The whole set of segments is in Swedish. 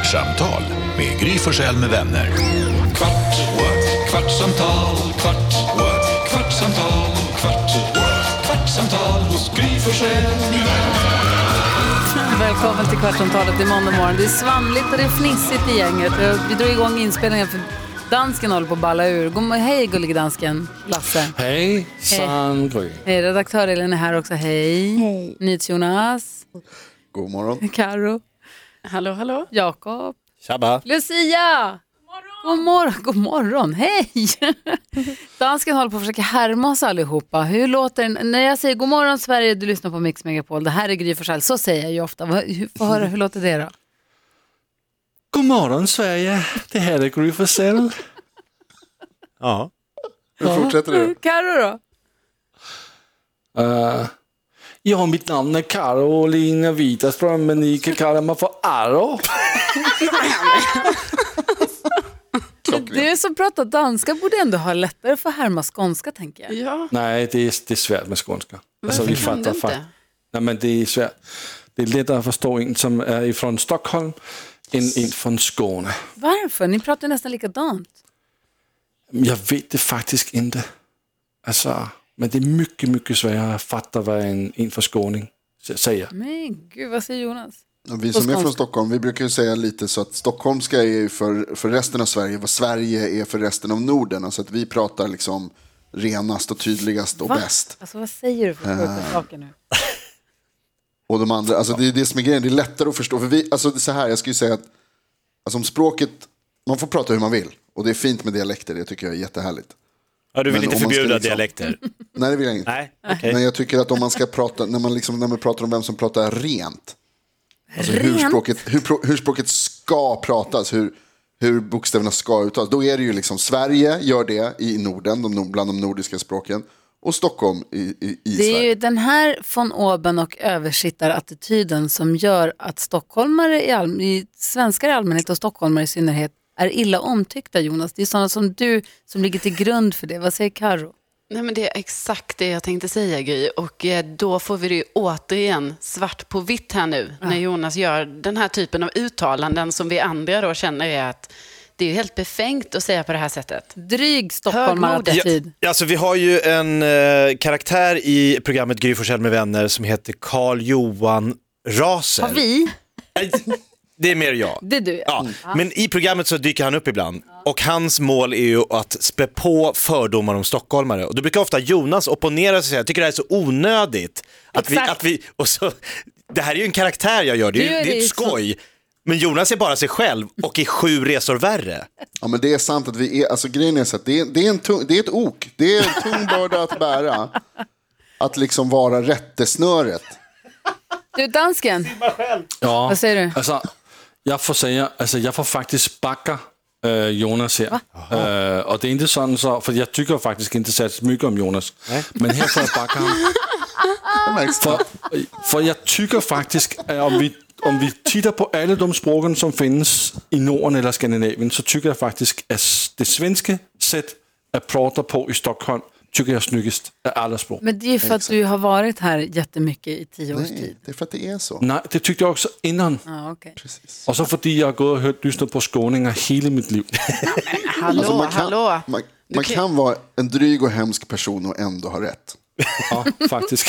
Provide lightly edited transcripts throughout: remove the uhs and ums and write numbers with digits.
Kvartsamtal med Gry Forssell med vänner. Kvart, what? Kvartsamtal, kvart, what? Kvartsamtal, kvart, what? Kvartsamtal hos Gry Forssell med vänner. Välkommen till Kvartsamtalet i måndag morgon. Det är svamligt och det är fnissigt i gänget. Vi drar igång inspelningen för dansken håller på att balla ur. Hej gullige dansken, Lasse. Hej, Sandry. Hej, redaktör Elin är här också. Hej. Hej. Jonas. God morgon. Karo. Hallå, hallå. Jakob. Tjabba. Lucia. God morgon. Hej. Dansken håller på att försöka härma oss allihopa. Hur låter den? När jag säger god morgon Sverige, du lyssnar på Mix Megapol. Det här är Gry Forssell. Så säger jag ju ofta. Få höra, hur låter det då? God morgon Sverige, det här är Gry Forssell. Ja. Hur fortsätter du? Karo då? Ja, mitt namn är Karolina Widerström, men ni kan kalla mig för Aro. Du som pratar danska borde ändå ha lättare för att härma skånska, tänker jag. Ja. Nej, det är svårt med skånska. Varför kan du inte? Nej, men det är svårt. Det är lättare att förstå en som är ifrån Stockholm än en från Skåne. Varför? Ni pratar nästan likadant. Jag vet det faktiskt inte. Alltså, men det är mycket, mycket svårare att fatta vad en för skåning säger. Men gud, vad säger Jonas? Vi som är från Stockholm, vi brukar ju säga lite så att stockholmska är ju för resten av Sverige vad Sverige är för resten av Norden. Alltså att vi pratar liksom renast och tydligast och bäst. Alltså vad säger du för sjuka saker nu? Och de andra, alltså det är det som är grejen, det är lättare att förstå. För vi, alltså det är så här, jag skulle ju säga att alltså om språket, man får prata hur man vill. Och det är fint med dialekter, det tycker jag är jättehärligt. Ja, du vill Men inte om man ska förbjuda liksom- dialekter? Nej, det vill jag inte. Nej, okej. Men jag tycker att om man ska prata, när man pratar om vem som pratar rent. Alltså hur språket ska pratas, hur bokstäverna ska uttalas. Då är det ju liksom Sverige gör det i Norden, bland de nordiska språken. Och Stockholm i Det Sverige. är ju den här von oben och översittarattityden som gör att stockholmare svenskar i allmänhet och stockholmare i synnerhet är illa omtyckta, Jonas. Det är sådana som du som ligger till grund för det. Vad säger Karo? Nej, men det är exakt det jag tänkte säga, Gry. Och då får vi det ju återigen svart på vitt här nu. När Jonas gör den här typen av uttalanden som vi andra då känner är att det är ju helt befängt att säga på det här sättet. Dryg stockholmarattityd. Ja, alltså vi har ju en karaktär i programmet Gry Forssell med vänner som heter Carl Johan Raser. Har vi? Det är mer jag. Det är du. Ja. Men i programmet så dyker han upp ibland. Och hans mål är ju att spä på fördomar om stockholmare. Och då brukar ofta Jonas opponera sig och säga, jag tycker det här är så onödigt. Och så, det här är ju en karaktär jag gör, det är ett skoj. Men Jonas är bara sig själv och är 7 resor värre. Ja, men det är sant att vi är, alltså grejen är så att det är ett ok. Det är en tung börda att bära. Att liksom vara rättesnöret. Du, dansken. Ja, Vad säger du? alltså, jag får faktiskt backa Jonas här. Och det är inte sådan så, för jag tycker faktiskt inte särskilt mycket om Jonas. Men här får jag backa honom. För jag tycker faktiskt att om vi tittar på alla de språken som finns i Norden eller Skandinavien, så tycker jag faktiskt att det svenska sätt att prata på i Stockholm tycker jag är snyggast av alla språk. Men det är för att du har varit här jättemycket i 10 års tid. Nej, det är för att det är så. Nej, det tyckte jag också innan. Ja, okay. Precis. Och så för jag har gått och lyssnat på skåningar hela mitt liv. Hallå, hallå. Man kan vara en dryg och hemsk person och ändå ha rätt. Ja, faktiskt.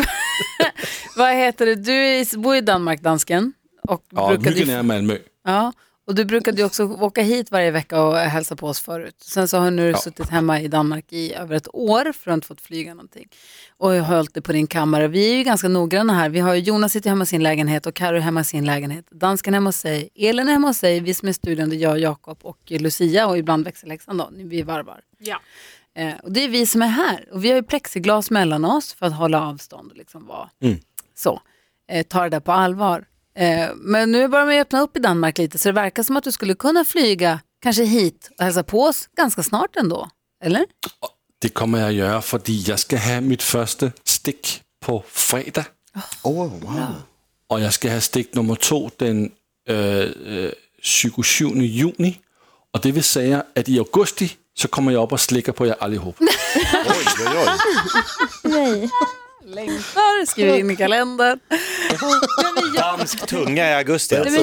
Vad heter det? Du bor i Danmark, dansken. Och Ja, mycket nära Malmö. Ja, och du brukade ju också åka hit varje vecka och hälsa på oss förut. Sen så har du suttit hemma i Danmark i över ett år för att inte fått flyga någonting. Och jag har hållit det på din kammare. Vi är ju ganska noggranna här. Vi har ju Jonas sitter hemma i sin lägenhet och Karo hemma i sin lägenhet. Dansken hemma hos sig, Elin hemma hos sig, vi som är i studion, det är jag, Jakob och Lucia och ibland växelläxan då, vi varvar. Ja. Och det är vi som är här. Och vi har ju plexiglas mellan oss för att hålla avstånd och liksom vara så. Ta det där på allvar. Men nu börjar man öppna upp i Danmark lite, så det verkar som att du skulle kunna flyga kanske hit och hälsa på oss ganska snart ändå, eller? Det kommer jag göra för att jag ska ha mitt första stick på fredag. Wow. Och jag ska ha stick nummer 2 den 27 juni. Och det vill säga att i augusti så kommer jag upp och slickar på jer allihop. Oj. Nej. Längtar, skriver in i kalendern. Dansk tunga i augusti. Är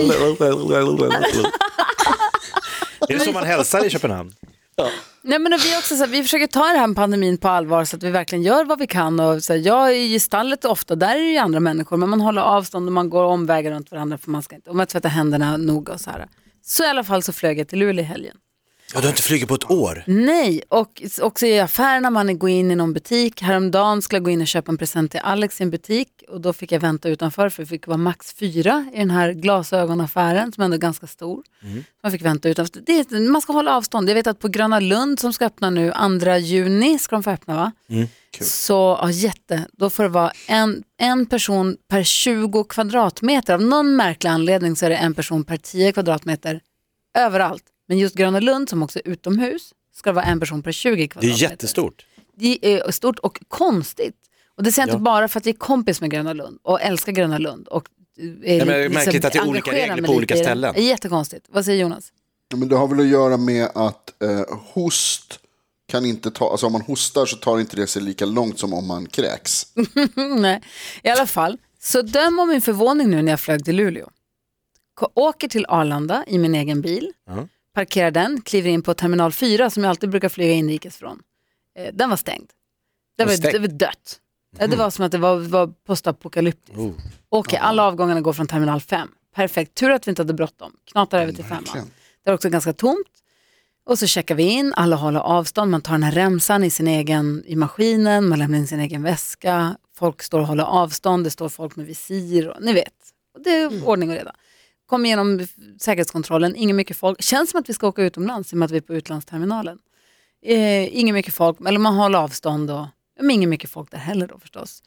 det så man hälsar i Köpenhamn? Ja. Nej, men vi också så här, vi försöker ta den här pandemin på allvar så att vi verkligen gör vad vi kan. Och så här, jag är i stallet ofta, där är det ju andra människor, men man håller avstånd och man går omvägar runt varandra för man ska inte, och man tvättar händerna noga och så här. Så i alla fall så flög jag till Luleå i helgen. Ja, du har inte flugit på ett år? Nej, och också i affärerna, man går in i någon butik. Häromdagen skulle jag gå in och köpa en present till Alex i en butik. Och då fick jag vänta utanför för det fick vara max 4 i den här glasögonaffären som ändå är ganska stor. Man fick vänta utanför. Man ska hålla avstånd. Jag vet att på Gröna Lund som ska öppna nu 2 juni ska de få öppna, va? Så då får det vara en person per 20 kvadratmeter. Av någon märklig anledning så är det en person per 10 kvadratmeter överallt. Men just Gröna Lund som också är utomhus ska vara en person per 20 kvadratmeter. Det är jättestort. Det är stort och konstigt. Och det säger inte bara för att vi är kompis med Gröna Lund och älskar Gröna Lund. Och är märkligt att det är olika regler på olika ställen. Det är jättekonstigt. Vad säger Jonas? Ja, men det har väl att göra med att host kan inte ta, alltså om man hostar så tar inte det sig lika långt som om man kräks. Nej, i alla fall. Så döm om min förvåning nu när jag flög till Luleå. Åker till Arlanda i min egen bil. Parkerar den, kliver in på terminal 4 som jag alltid brukar flyga inrikes från. Den var stängd. Det var dött. Det var som att det var postapokalyptiskt. Okej, alla avgångarna går från terminal 5. Perfekt, tur att vi inte hade bråttom. Knatar över till 5. Det är också ganska tomt. Och så checkar vi in, alla håller avstånd. Man tar den här remsan i maskinen, man lämnar in sin egen väska. Folk står och håller avstånd, det står folk med visir. Och, ni vet, och det är ordning och reda. Kom igenom säkerhetskontrollen, ingen mycket folk. Känns som att vi ska åka utomlands i och med att vi är på utlandsterminalen. Ingen mycket folk, eller man håller avstånd och ingen mycket folk där heller då förstås.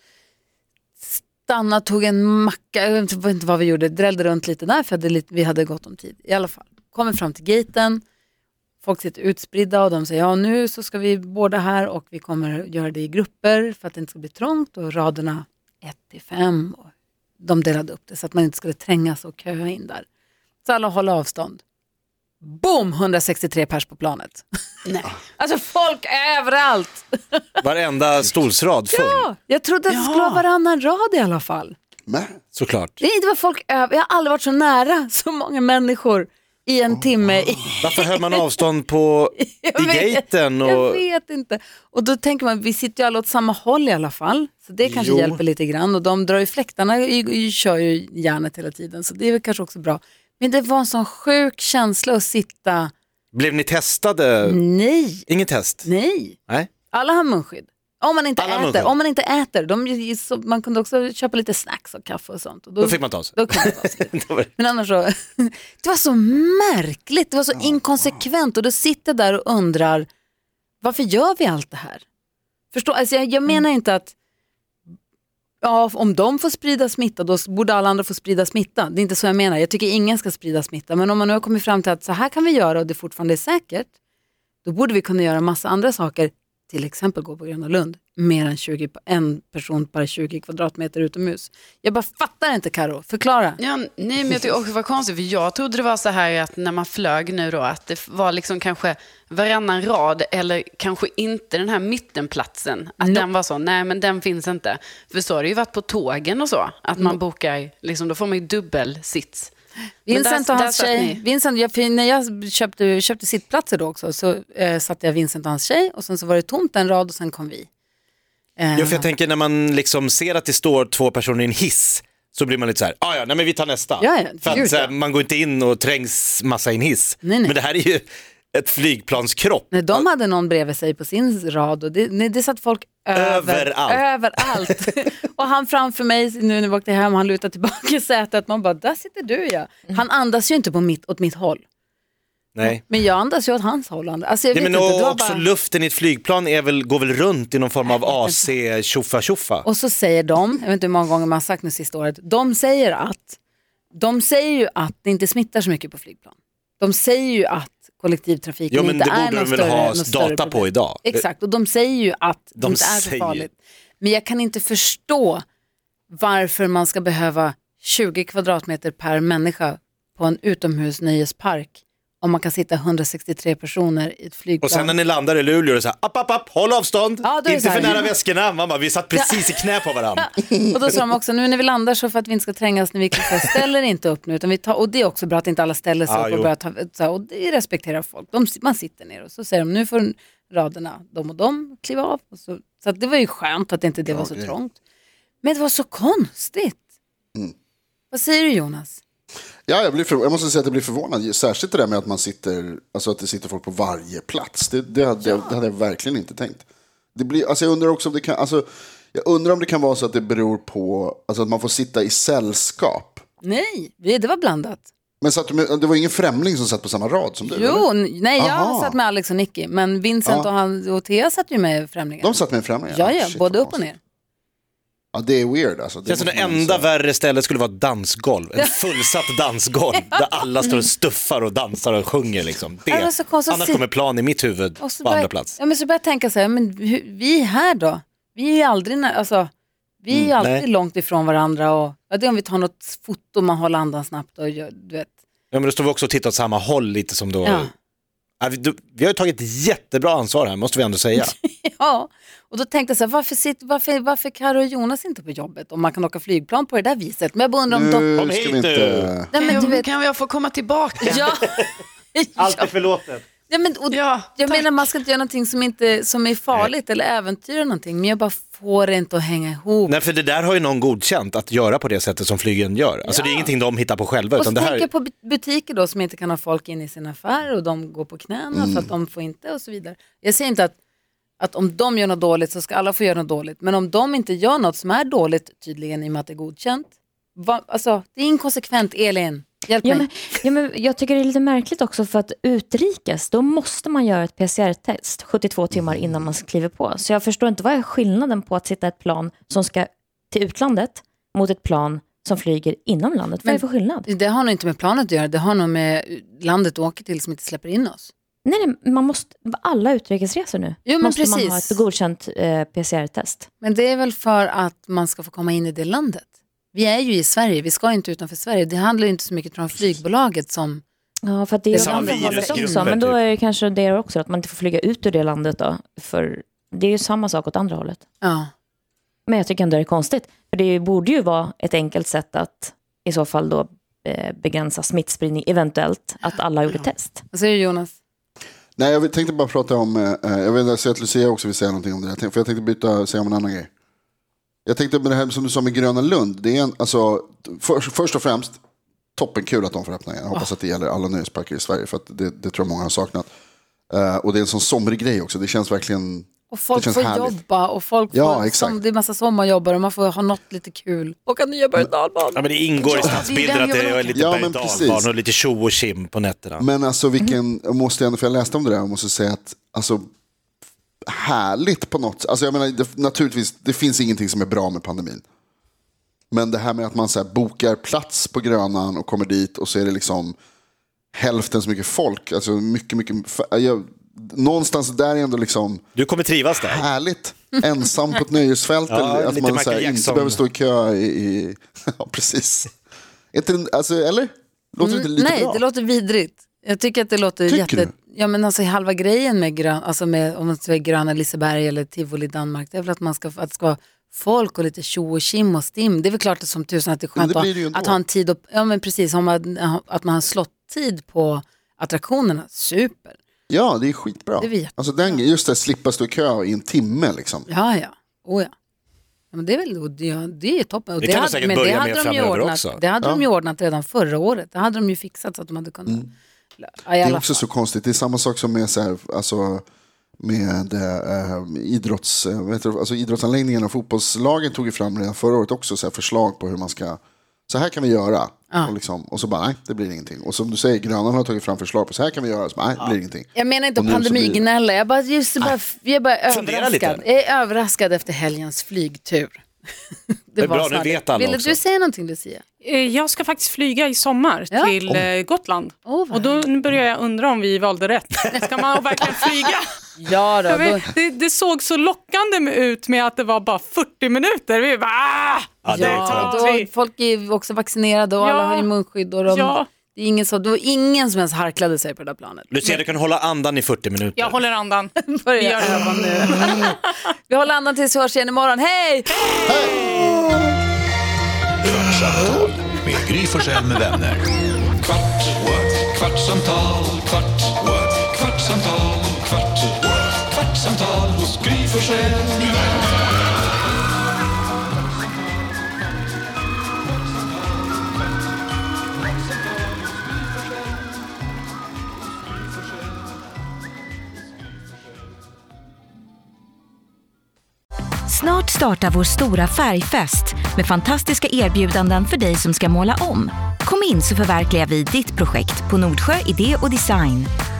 Stanna, tog en macka, jag vet inte vad vi gjorde, drällde runt lite där för vi hade gått om tid. I alla fall, kommer fram till gaten, folk sitter utspridda och de säger ja nu så ska vi båda här och vi kommer göra det i grupper för att det inte ska bli trångt och raderna 1-5 och de delade upp det så att man inte skulle trängas och köa in där. Så alla håller avstånd. Boom! 163 pers på planet. Nej. Alltså folk överallt. Varenda stolsrad full. Ja, jag trodde att det skulle vara varannan rad i alla fall. Nej. Såklart. Det var folk över. Jag har aldrig varit så nära så många människor i en timme. Varför höll man avstånd i gaten? Jag vet inte. Och då tänker man, vi sitter ju alla åt samma håll i alla fall. Så det kanske hjälper lite grann. Och de drar ju fläktarna, kör ju järnet hela tiden. Så det är väl kanske också bra. Men det var en sån sjuk känsla att sitta. Blev ni testade? Nej. Ingen test? Nej. Alla har munskydd. Om man inte äter. Man kunde också köpa lite snacks och kaffe och sånt. Och då fick man ta sig. Men annars så, det var så märkligt. Det var så inkonsekvent. Och då sitter där och undrar, varför gör vi allt det här? Förstå, alltså jag menar inte att om de får sprida smitta, då borde alla andra få sprida smitta. Det är inte så jag menar. Jag tycker ingen ska sprida smitta. Men om man nu har kommit fram till att så här kan vi göra och det fortfarande är säkert, då borde vi kunna göra massa andra saker. Till exempel gå på Gröna Lund. Mer än en person per 20 kvadratmeter utomhus. Jag bara fattar inte, Karo. Förklara. Ja, nej, men jag tycker också det var konstigt. För jag trodde det var så här att när man flög nu då, att det var liksom kanske varannan rad eller kanske inte den här mittenplatsen. Att den var så, nej men den finns inte. För så har det ju varit på tågen och så. Att man bokar, liksom, då får man ju dubbelsits. Vincent och hans tjej. När jag köpte sittplatser då också så satte jag Vincent och hans tjej och sen så var det tomt en rad och sen kom vi. Ja, för jag tänker när man liksom ser att det står 2 personer i en hiss så blir man lite så här, nej men vi tar nästa. För att så här, man går inte in och trängs massa i en hiss. Nej. Men det här är ju ett flygplanskropp. Nej, de hade någon bredvid sig på sin rad och det satt folk överallt. Och han framför mig nu när vi åkte hem, han lutar tillbaka i sätet, man bara, där sitter du ja. Han andas ju inte åt mitt håll. Nej. Men jag andas ju åt hans håll. Alltså, jag vet men inte, också bara luften i ett flygplan går väl runt i någon form av AC tjoffa. Och så säger de, jag vet inte hur många gånger man har sagt nu sista året, de säger ju att det inte smittar så mycket på flygplan. De säger ju att kollektivtrafiken inte är någon större problem. Jo, men det borde de väl ha data på idag. Exakt, och de säger ju att det inte är så farligt. Men jag kan inte förstå varför man ska behöva 20 kvadratmeter per människa på en utomhusnöjespark om man kan sitta 163 personer i ett flygplan. Och sen när ni landar i Luleå är det så här, app, håll avstånd, Ja, inte för nära väskorna. Mamma, vi satt precis i knä på varandra. Och då sa de också, nu när vi landar så för att vi inte ska trängas när vi ställer inte upp nu, utan vi tar, och det är också bra att inte alla ställer sig upp och börjar ta, så här, och det respekterar folk. Man sitter ner och så säger de, nu får raderna, de och de kliva av. Och så att det var ju skönt att inte det var så trångt. Men det var så konstigt. Vad säger du, Jonas? Ja, jag måste säga att jag blir förvånad. Särskilt det där med att man sitter, alltså att det sitter folk på varje plats. Det hade jag verkligen inte tänkt. Det blir, alltså jag undrar också om det kan, alltså, jag undrar om det kan vara så att det beror på, alltså att man får sitta i sällskap. Nej, det var blandat. Men det var ingen främling som satt på samma rad som du? Jo, eller? nej, jag satt med Alex och Nicky. Men Vincent och Thea satt ju med främlingar. De satt med främlingar? Ja, både upp och ner. Ja, det är weird alltså. Det enda värre stället skulle vara ett dansgolv. En fullsatt dansgolv där alla står och stuffar och dansar och sjunger liksom. Annars kommer plan i mitt huvud på andra plats. Ja, men så börjar jag tänka så här, men vi är här då. Vi är aldrig vi är alltid långt ifrån varandra och det är om vi tar något foto man håller andan snabbt och gör, du vet. Ja, men då står vi också och tittar åt samma håll lite som då. Ja. Vi har ju tagit jättebra ansvar här, måste vi ändå säga. Ja, och då tänkte jag så här, varför Karo och Jonas inte på jobbet om man kan åka flygplan på det där viset? Men jag undrar om Kom hit nu! Nej, men du vet... Kan jag få komma tillbaka? Ja. Allt är förlåtet. Ja, men, jag menar man ska inte göra någonting som är farligt eller äventyra någonting, men jag bara får det inte att hänga ihop. Nej, för det där har ju någon godkänt att göra på det sättet som flygen gör. Alltså det är ingenting de hittar på själva. Och utan så det här... tänker jag på butiker då som inte kan ha folk in i sina affärer och de går på knäna för att de får inte och så vidare. Jag säger inte att om de gör något dåligt så ska alla få göra något dåligt, men om de inte gör något som är dåligt tydligen i och med att det är godkänt, alltså det är inkonsekvent, Elin. Men jag tycker det är lite märkligt också för att utrikes, då måste man göra ett PCR-test 72 timmar innan man kliver på. Så jag förstår inte vad är skillnaden på att sitta ett plan som ska till utlandet mot ett plan som flyger inom landet. Vad är det för skillnad? Det har nog inte med planet att göra, det har nog med landet du åker till som inte släpper in oss. Nej, man måste, alla utrikesresor nu måste man ha ett godkänt PCR-test. Men det är väl för att man ska få komma in i det landet. Vi är ju i Sverige, vi ska inte utanför Sverige. Det handlar ju inte så mycket om flygbolaget som... Ja, för att det är samma också. Men då är det kanske det också, att man inte får flyga ut ur det landet då. För det är ju samma sak åt andra hållet. Ja. Men jag tycker ändå det är konstigt. För det borde ju vara ett enkelt sätt att i så fall då begränsa smittspridning eventuellt. Att alla gjorde test. Vad säger du, Jonas? Nej, jag tänkte bara prata om... jag vet inte, att Lucia också vill säga någonting om det här. För jag tänkte säga om en annan grej. Jag tänkte med det här som du sa med Gröna Lund. Det är först och främst toppenkul att de får öppna igen. Jag hoppas att det gäller alla nöjesparker i Sverige. För att det tror jag många har saknat. Och det är en sån somrig grej också. Det känns verkligen... Och folk får härligt. Jobba och folk får, det är massa sommarjobbare och man får ha något lite kul. Och nya berg- och dalbanor. Ja, men det ingår i stadsbilder att det är lite berg- och dalbanor och lite tjo och kim på nätterna. Men alltså jag måste ändå, för jag läste om det där och måste säga att alltså, härligt på något. Alltså jag menar, naturligtvis, det finns ingenting som är bra med pandemin. Men det här med att man så här, bokar plats på Grönan och kommer dit och så är det liksom hälften så mycket folk. Alltså mycket någonstans där är ändå liksom... Du kommer trivas där. Härligt. Ensam på ett nöjesfält. Eller att man så här, inte behöver stå i kö i... Ja, precis. Eller? Låter det inte lite nej, bra? Det låter vidrigt. Jag tycker att det låter Ja, men alltså halva grejen med om man säger Gröna Liseberg eller Tivoli Danmark, det är väl att att det ska vara folk och lite tjo och kim och stim. Det är väl klart att som tusen att det är skönt att ha en tid och, ja men precis, att man har slått-tid på attraktionerna. Super. Ja, det är skitbra. Alltså just det, slippa stå i kö i en timme liksom. Ja. Ja, men det är väl det är toppen. Det kan säkert börja med framöver också. Det hade de ju ordnat redan förra året. Det hade de ju fixat så att de hade kunnat. Det är också så konstigt. Det är samma sak som med så här, alltså med idrottsanläggningen och fotbollslagen tog ju fram redan förra året också så här förslag på hur man ska, så här kan vi göra. Och så bara, nej, det blir ingenting. Och som du säger, Grönan har tagit fram förslag på så här kan vi göra, så bara, nej, det blir ingenting. Jag menar inte pandemignälla, jag är bara överraskad. Jag är överraskad efter helgens flygtur. Det är bra, nu vet alla också. Vill du säga någonting, Lucia? Jag ska faktiskt flyga i sommar till Gotland. Och då börjar jag undra om vi valde rätt. Ska man verkligen flyga? Ja då. Det såg så lockande ut med att det var bara 40 minuter. Vi bara, folk är också vaccinerade och alla har immunskydd. Och Det var ingen som ens harklade sig på det där planet. Lucia, du kan hålla andan i 40 minuter. Jag håller andan. Börja öva nu. Vi håller andan tills vi hörs igen imorgon. Hej! Kvartsamtal med Gry Forssell med vänner. Kvart, what? Kvartsamtal, kvart, what? Kvartsamtal, kvart, what? Kvartsamtal hos Gry Forssell med vänner. Snart startar vår stora färgfest med fantastiska erbjudanden för dig som ska måla om. Kom in så förverkligar vi ditt projekt på Nordsjö Idé och Design.